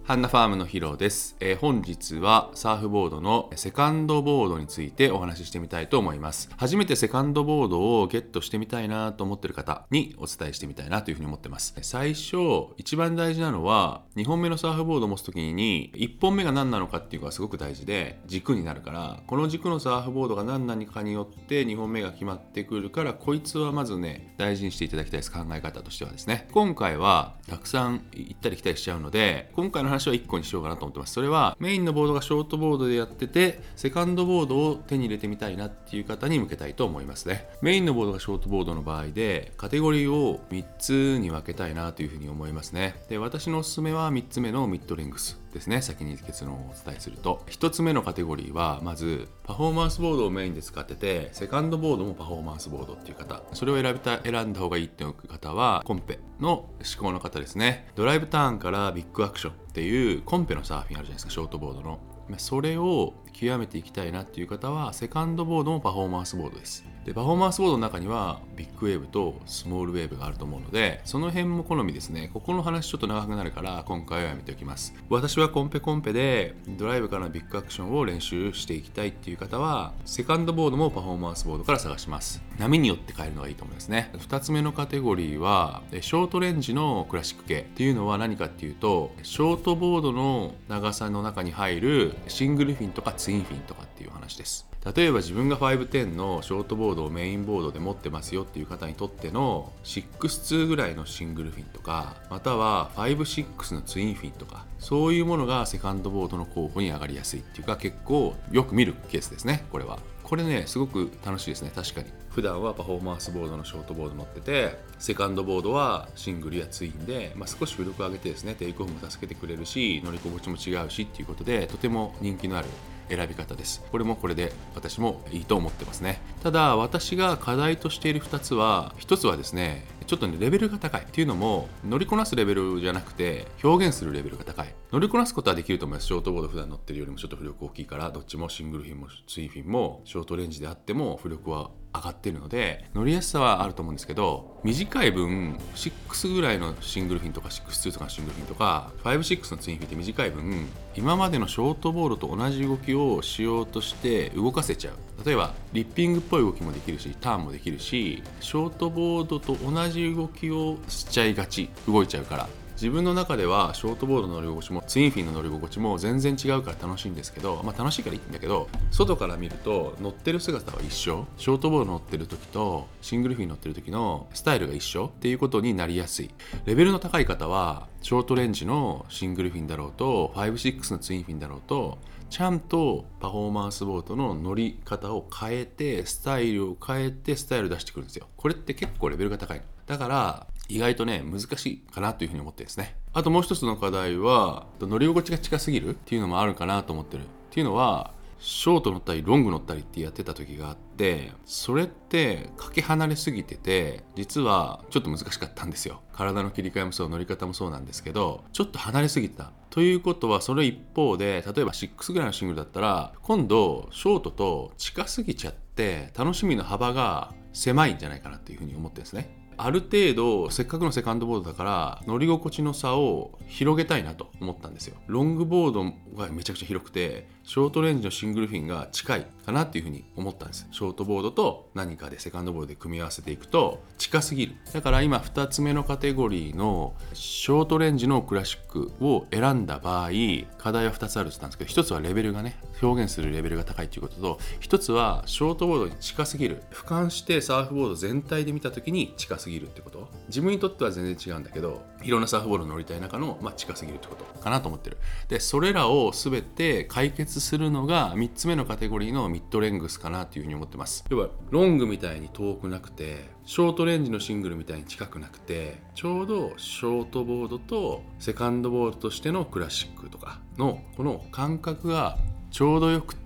ハンナファームのヒロです。本日はサーフボードのセカンドボードについてお話ししてみたいと思います。初めてセカンドボードをゲットしてみたいなと思っている方にお伝えしてみたいなというふうに思ってます。最初、一番大事なのは2本目のサーフボードを持つときに1本目が何なのかっていうのがすごく大事で、軸になるから、この軸のサーフボードが何なのかによって2本目が決まってくるから、こいつはまずね、大事にしていただきたいです。考え方としてはですね。今回はたくさん行ったり来たりしちゃうので、今回の話は1個にしようかなと思ってます。それはメインのボードがショートボードでやってて、セカンドボードを手に入れてみたいなっていう方に向けたいと思いますね。メインのボードがショートボードの場合で、カテゴリーを3つに分けたいなというふうに思いますね。で、私のおすすめは3つ目のミッドレングスですね。先に結論をお伝えすると、1つ目のカテゴリーはまずパフォーマンスボードをメインで使ってて、セカンドボードもパフォーマンスボードっていう方、それを選んだ方がいいっていう方はコンペの思考の方ですね。ドライブターンからビッグアクションっていうコンペのサーフィンあるじゃないですか、ショートボードの。それを極めていきたいなっていう方はセカンドボードもパフォーマンスボードです。で、パフォーマンスボードの中にはビッグウェーブとスモールウェーブがあると思うので、その辺も好みですね。ここの話ちょっと長くなるから今回はやめておきます。私はコンペでドライブからのビッグアクションを練習していきたいっていう方はセカンドボードもパフォーマンスボードから探します。波によって変えるのがいいと思いますね。2つ目のカテゴリーはショートレンジのクラシック系っていうのは何かっていうと、ショートボードの長さの中に入るシングルフィンとかツインフィンとかっていう話です。例えば自分が510のショートボードをメインボードで持ってますよっていう方にとっての6-2ぐらいのシングルフィンとか、または5-6のツインフィンとか、そういうものがセカンドボードの候補に上がりやすいっていうか、結構よく見るケースですね。これね、すごく楽しいですね。確かに普段はパフォーマンスボードのショートボード乗ってて、セカンドボードはシングルやツインで、少し浮力を上げてですね、テイクオフも助けてくれるし、乗り心地も違うしっていうことで、とても人気のある選び方です。これもこれで私もいいと思ってますね。ただ私が課題としている2つは、1つはですね、ちょっとねレベルが高いっていうのも、乗りこなすレベルじゃなくて表現するレベルが高い。乗りこなすことはできると思います。ショートボード普段乗ってるよりもちょっと浮力大きいから、どっちもシングルフィンもツインフィンもショートレンジであっても浮力は上がっているので、乗りやすさはあると思うんですけど、短い分6ぐらいのシングルフィンとか6-2とかのシングルフィンとか5-6のツインフィンって短い分、今までのショートボードと同じ動きをしようとして動かせちゃう。例えばリッピングっぽい動きもできるし、ターンもできるし、ショートボードと同じ動きをしちゃいがち、動いちゃうから。自分の中ではショートボードの乗り心地もツインフィンの乗り心地も全然違うから楽しいんですけど、楽しいからいいんだけど、外から見ると乗ってる姿は一緒。ショートボード乗ってる時とシングルフィン乗ってる時のスタイルが一緒っていうことになりやすい。レベルの高い方はショートレンジのシングルフィンだろうと5-6のツインフィンだろうと、ちゃんとパフォーマンスボードの乗り方を変えて、スタイルを変えてスタイル出してくるんですよ。これって結構レベルが高い。だから意外とね難しいかなというふうに思ってですね。あともう一つの課題は、乗り心地が近すぎるっていうのもあるかなと思ってる。っていうのは、ショート乗ったりロング乗ったりってやってた時があって、それってかけ離れすぎてて、実はちょっと難しかったんですよ。体の切り替えもそう、乗り方もそうなんですけど、ちょっと離れすぎたということは、その一方で例えば6ぐらいのシングルだったら、今度ショートと近すぎちゃって楽しみの幅が狭いんじゃないかなっていうふうに思ってるんですね。ある程度せっかくのセカンドボードだから乗り心地の差を広げたいなと思ったんですよ。ロングボードがめちゃくちゃ広くて、ショートレンジのシングルフィンが近いかなっていうふうに思ったんです。ショートボードと何かでセカンドボードで組み合わせていくと近すぎる。だから今2つ目のカテゴリーのショートレンジのクラシックを選んだ場合、課題は2つあるって言ったんですけど、1つはレベルがね、表現するレベルが高いということと、1つはショートボードに近すぎる。俯瞰してサーフボード全体で見た時に近すぎるってこと。自分にとっては全然違うんだけど、いろんなサーフボード乗りたい中の、近すぎるってことかなと思ってる。で、それらを全て解決するのが3つ目のカテゴリーのミッドレングスかなというふうに思ってます。要はロングみたいに遠くなくて、ショートレンジのシングルみたいに近くなくて、ちょうどショートボードとセカンドボードとしてのクラシックとかのこの感覚がちょうどよくって、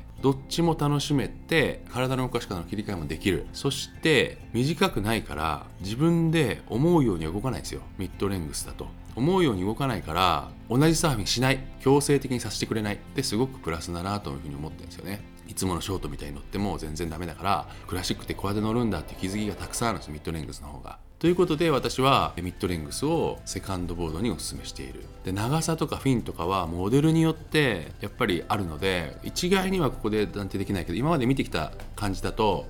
どっちも楽しめて、体の動かし方の切り替えもできる。そして短くないから自分で思うようには動かないんですよ。ミッドレングスだと思うように動かないから、同じサーフィンしない、強制的にさせてくれないってすごくプラスだなというふうに思ってるんですよね。いつものショートみたいに乗っても全然ダメだから、クラシックってこうやって乗るんだっていう気づきがたくさんあるんですよ、ミッドレングスの方が。 ということで私はミッドレングスをセカンドボードにお勧めしている。で長さとかフィンとかはモデルによってやっぱりあるので一概にはここで断定できないけど、今まで見てきた感じだと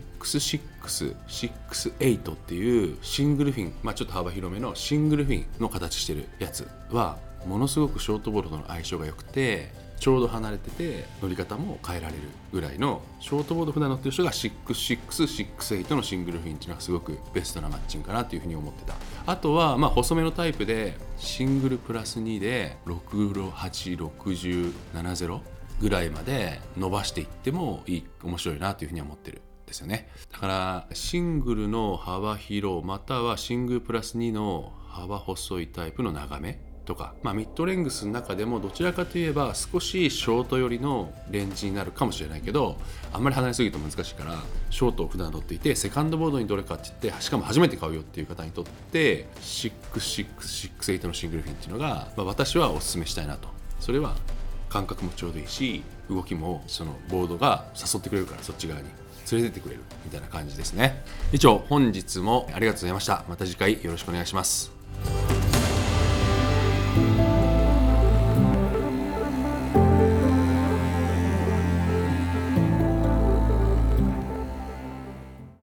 66、68っていうシングルフィン、ちょっと幅広めのシングルフィンの形してるやつはものすごくショートボードとの相性が良くて、ちょうど離れてて乗り方も変えられるぐらいのショートボード普段乗ってる人が66、68のシングルフィンっていうのがすごくベストなマッチングかなというふうに思ってた。あとは細めのタイプでシングルプラス2で68、60、70ぐらいまで伸ばしていっても面白いなというふうに思ってるんですよね。だからシングルの幅広またはシングルプラス2の幅細いタイプの長めとか、ミッドレングスの中でもどちらかといえば少しショート寄りのレンジになるかもしれないけど、あんまり離れすぎると難しいからショートを普段乗っていてセカンドボードにどれかって言ってしかも初めて買うよっていう方にとって66、68のシングルフィンっていうのが、私はお勧めしたいなと。それは感覚もちょうどいいし動きもそのボードが誘ってくれるからそっち側に連れてってくれるみたいな感じですね。以上本日もありがとうございました。また次回よろしくお願いします。